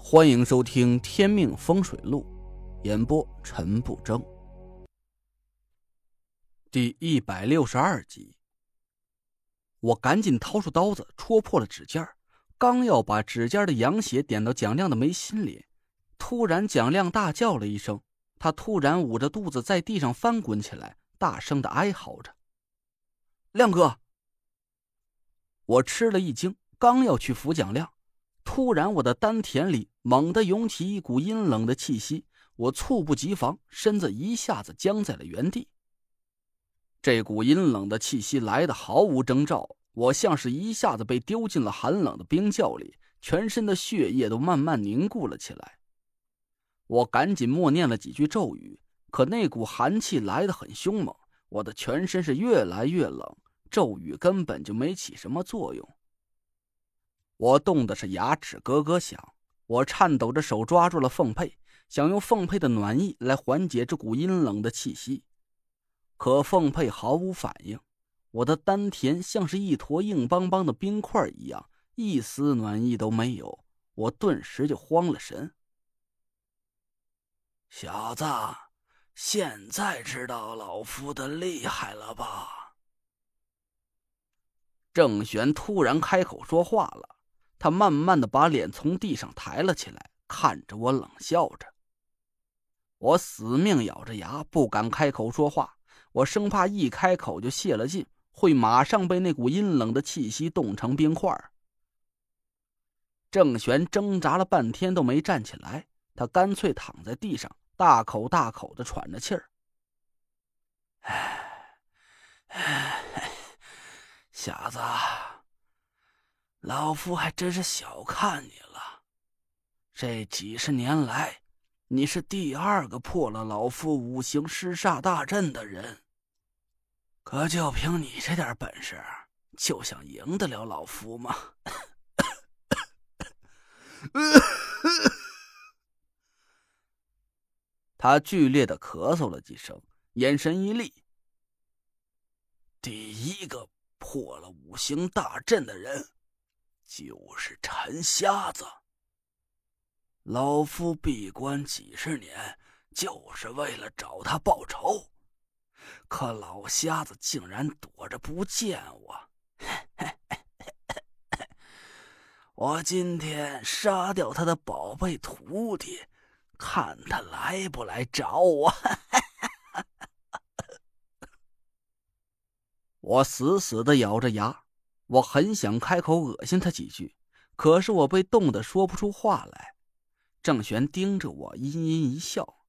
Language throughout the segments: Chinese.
欢迎收听《天命风水录》，演播陈不争，第162集。我赶紧掏出刀子，戳破了指尖，刚要把指尖的羊血点到蒋亮的眉心里，突然蒋亮大叫了一声，他突然捂着肚子在地上翻滚起来，大声的哀嚎着：“亮哥！”我吃了一惊，刚要去扶蒋亮，突然我的丹田里猛地涌起一股阴冷的气息，我猝不及防，身子一下子僵在了原地。这股阴冷的气息来得毫无征兆，我像是一下子被丢进了寒冷的冰窖里，全身的血液都慢慢凝固了起来。我赶紧默念了几句咒语，可那股寒气来得很凶猛，我的全身是越来越冷，咒语根本就没起什么作用。我冻得是牙齿咯咯响，我颤抖着手抓住了凤佩，想用凤佩的暖意来缓解这股阴冷的气息。可凤佩毫无反应，我的丹田像是一坨硬邦邦的冰块一样，一丝暖意都没有，我顿时就慌了神。 小子，现在知道老夫的厉害了吧？ 郑玄突然开口说话了，他慢慢的把脸从地上抬了起来，看着我冷笑着。我死命咬着牙，不敢开口说话，我生怕一开口就泄了劲，会马上被那股阴冷的气息冻成冰块。郑玄挣扎了半天都没站起来，他干脆躺在地上，大口大口的喘着气儿。 小子，老夫还真是小看你了。这几十年来，你是第二个破了老夫五行尸煞大阵的人。可就凭你这点本事，就想赢得了老夫吗？ 他剧烈的咳嗽了几声，眼神一厉。 第一个破了五行大阵的人就是陈瞎子。老夫闭关几十年，就是为了找他报仇，可老瞎子竟然躲着不见我。我今天杀掉他的宝贝徒弟，看他来不来找我。 我死死地咬着牙，我很想开口恶心他几句，可是我被冻得说不出话来。郑玄盯着我，阴阴一笑：“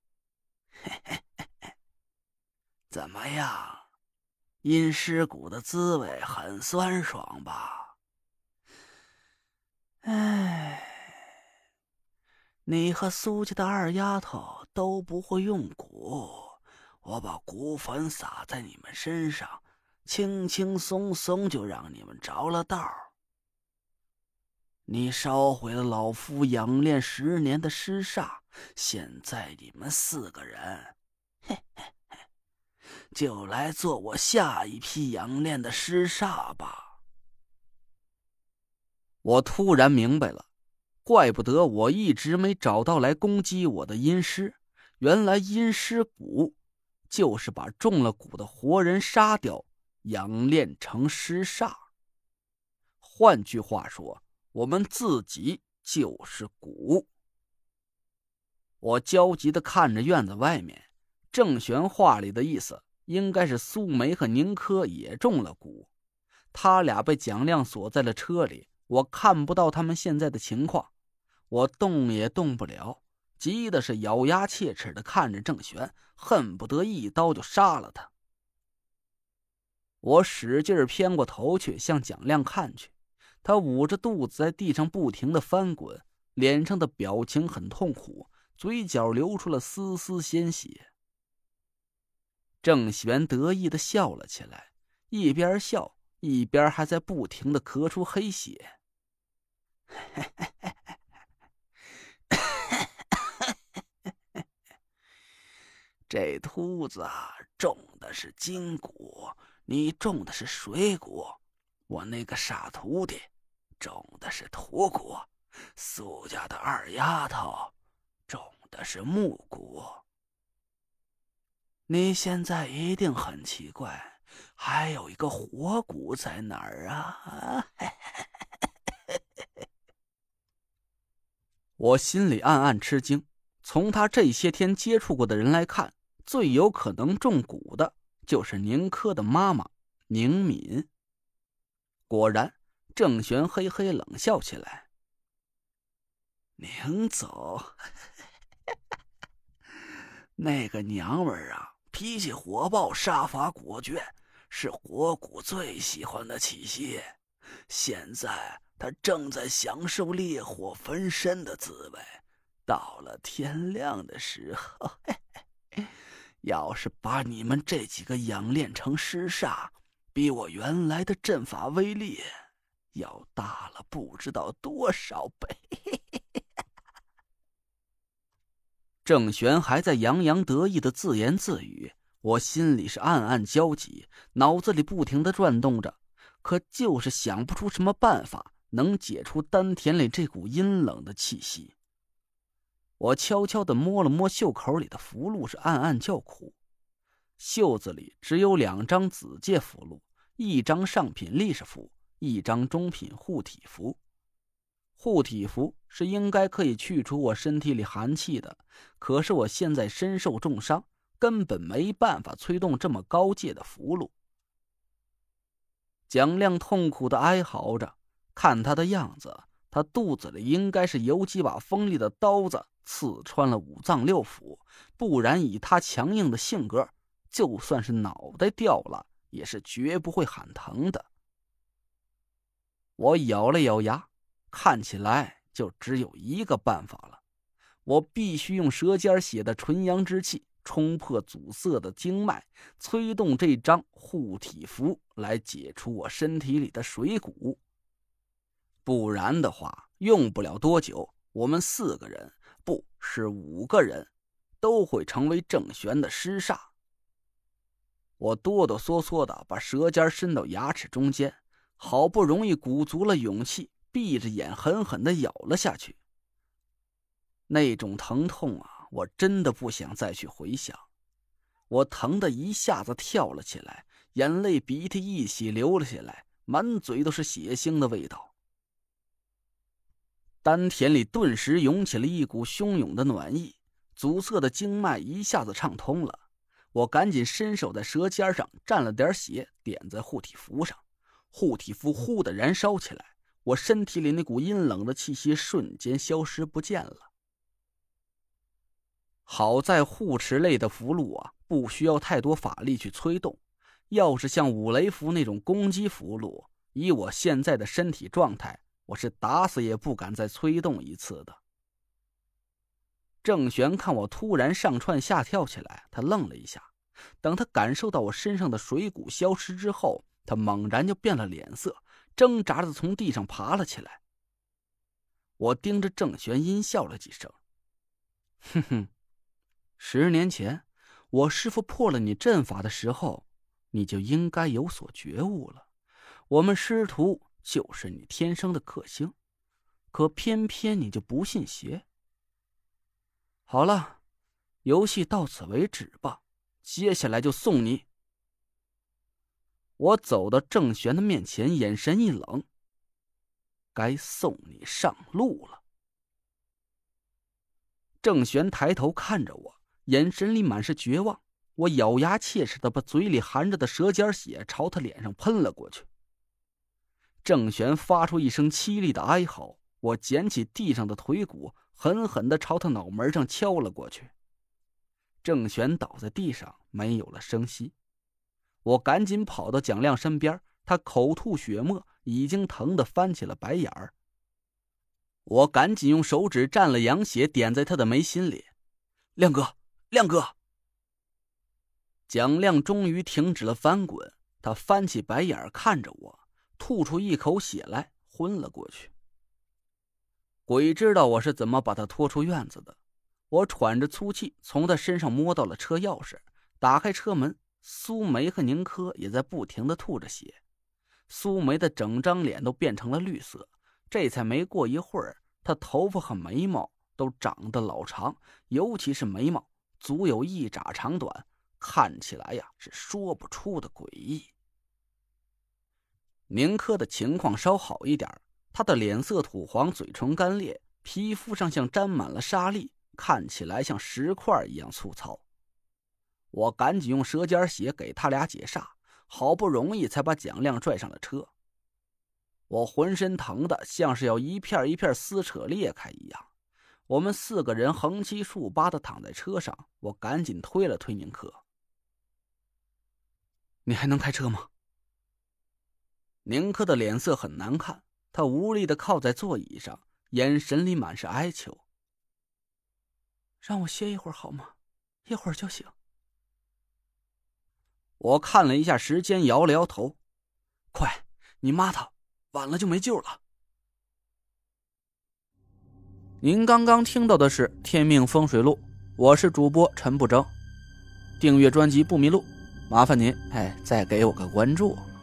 怎么样，阴尸骨的滋味很酸爽吧？哎，你和苏家的二丫头都不会用蛊，我把蛊粉撒在你们身上，轻轻松松就让你们着了道。你烧毁了老夫养炼10年的尸煞，现在你们4个人，就来做我下一批养炼的尸煞吧。” 我突然明白了，怪不得我一直没找到来攻击我的阴尸，原来阴尸蛊就是把中了蛊的活人杀掉，养炼成尸煞。换句话说，我们自己就是蛊。我焦急地看着院子外面，郑玄话里的意思应该是苏梅和宁珂也中了蛊，他俩被蒋亮锁在了车里，我看不到他们现在的情况，我动也动不了，急的是咬牙切齿地看着郑玄，恨不得一刀就杀了他。我使劲偏过头去向蒋亮看去，他捂着肚子在地上不停地翻滚，脸上的表情很痛苦，嘴角流出了丝丝鲜血。郑玄得意地笑了起来，一边笑一边还在不停地咳出黑血。 这秃子中的是金蛊，你中的是水蛊，我那个傻徒弟中的是土蛊， 苏家的二丫头中的是木蛊。你现在一定很奇怪，还有一个活蛊在哪儿啊？ 我心里暗暗吃惊，从他这些天接触过的人来看，最有可能中蛊的就是宁珂的妈妈宁敏。果然，郑玄嘿嘿冷笑起来。 宁总，那个娘们儿啊，脾气火爆，杀伐果决，是火蛊最喜欢的气息。现在他正在享受烈火焚身的滋味，到了天亮的时候，要是把你们这几个养炼成尸煞，比我原来的阵法威力要大了不知道多少倍。 郑玄还在洋洋得意的自言自语，我心里是暗暗焦急，脑子里不停的转动着，可就是想不出什么办法能解除丹田里这股阴冷的气息。我悄悄地摸了摸袖口里的符箓，是暗暗叫苦。袖子里只有2张紫界符箓，一张上品力士符，一张中品护体符。护体符是应该可以去除我身体里寒气的，可是我现在身受重伤，根本没办法催动这么高阶的符箓。蒋亮痛苦地哀嚎着，看他的样子，他肚子里应该是有几把锋利的刀子刺穿了5脏6腑，不然以他强硬的性格，就算是脑袋掉了也是绝不会喊疼的。我咬了咬牙，看起来就只有一个办法了，我必须用舌尖写的纯阳之气冲破阻塞的经脉，催动这张护体符来解除我身体里的水蛊。不然的话，用不了多久，我们4个人，不是5个人，都会成为郑玄的尸煞。我哆哆嗦嗦的把舌尖伸到牙齿中间，好不容易鼓足了勇气，闭着眼狠狠地咬了下去。那种疼痛啊，我真的不想再去回想。我疼得一下子跳了起来，眼泪鼻涕一起流了下来，满嘴都是血腥的味道。丹田里顿时涌起了一股汹涌的暖意，阻塞的经脉一下子畅通了。我赶紧伸手在舌尖上蘸了点血，点在护体符上，护体符忽地燃烧起来，我身体里那股阴冷的气息瞬间消失不见了。好在护持类的符箓啊，不需要太多法力去催动，要是像五雷符那种攻击符箓，以我现在的身体状态，我是打死也不敢再催动一次的。郑玄看我突然上窜下跳起来，他愣了一下，等他感受到我身上的水蛊消失之后，他猛然就变了脸色，挣扎着从地上爬了起来。我盯着郑玄阴笑了几声，哼哼，10年前我师父破了你阵法的时候，你就应该有所觉悟了。我们师徒就是你天生的克星，可偏偏你就不信邪。好了，游戏到此为止吧，接下来就送你。我走到郑玄的面前，眼神一冷，该送你上路了。郑玄抬头看着我，眼神里满是绝望。我咬牙切齿的把嘴里含着的舌尖血朝他脸上喷了过去。郑玄发出一声凄厉的哀嚎，我捡起地上的腿骨，狠狠地朝他脑门上敲了过去。郑玄倒在地上，没有了声息。我赶紧跑到蒋亮身边，他口吐血沫，已经疼得翻起了白眼儿。我赶紧用手指蘸了羊血，点在他的眉心里。亮哥，亮哥！蒋亮终于停止了翻滚，他翻起白眼看着我，吐出一口血来，昏了过去。鬼知道我是怎么把他拖出院子的。我喘着粗气从他身上摸到了车钥匙，打开车门，苏梅和宁珂也在不停地吐着血。苏梅的整张脸都变成了绿色，这才没过一会儿， 他头发和眉毛都长得老长，尤其是眉毛足有一拃长短，看起来是说不出的诡异。宁珂的情况稍好一点，他的脸色土黄，嘴唇干裂，皮肤上像沾满了沙粒，看起来像石块一样粗糙。我赶紧用舌尖血给他俩解煞，好不容易才把蒋亮拽上了车。我浑身疼的像是要一片一片撕扯裂开一样。我们4个人横七竖八的躺在车上，我赶紧推了推宁珂。你还能开车吗？宁珂的脸色很难看，他无力的靠在座椅上，眼神里满是哀求。让我歇一会儿好吗？一会儿就行。我看了一下时间，摇了摇头。快，你妈她晚了就没救了。您刚刚听到的是《天命风水录》，我是主播陈不争。订阅专辑不迷路，麻烦您再给我个关注。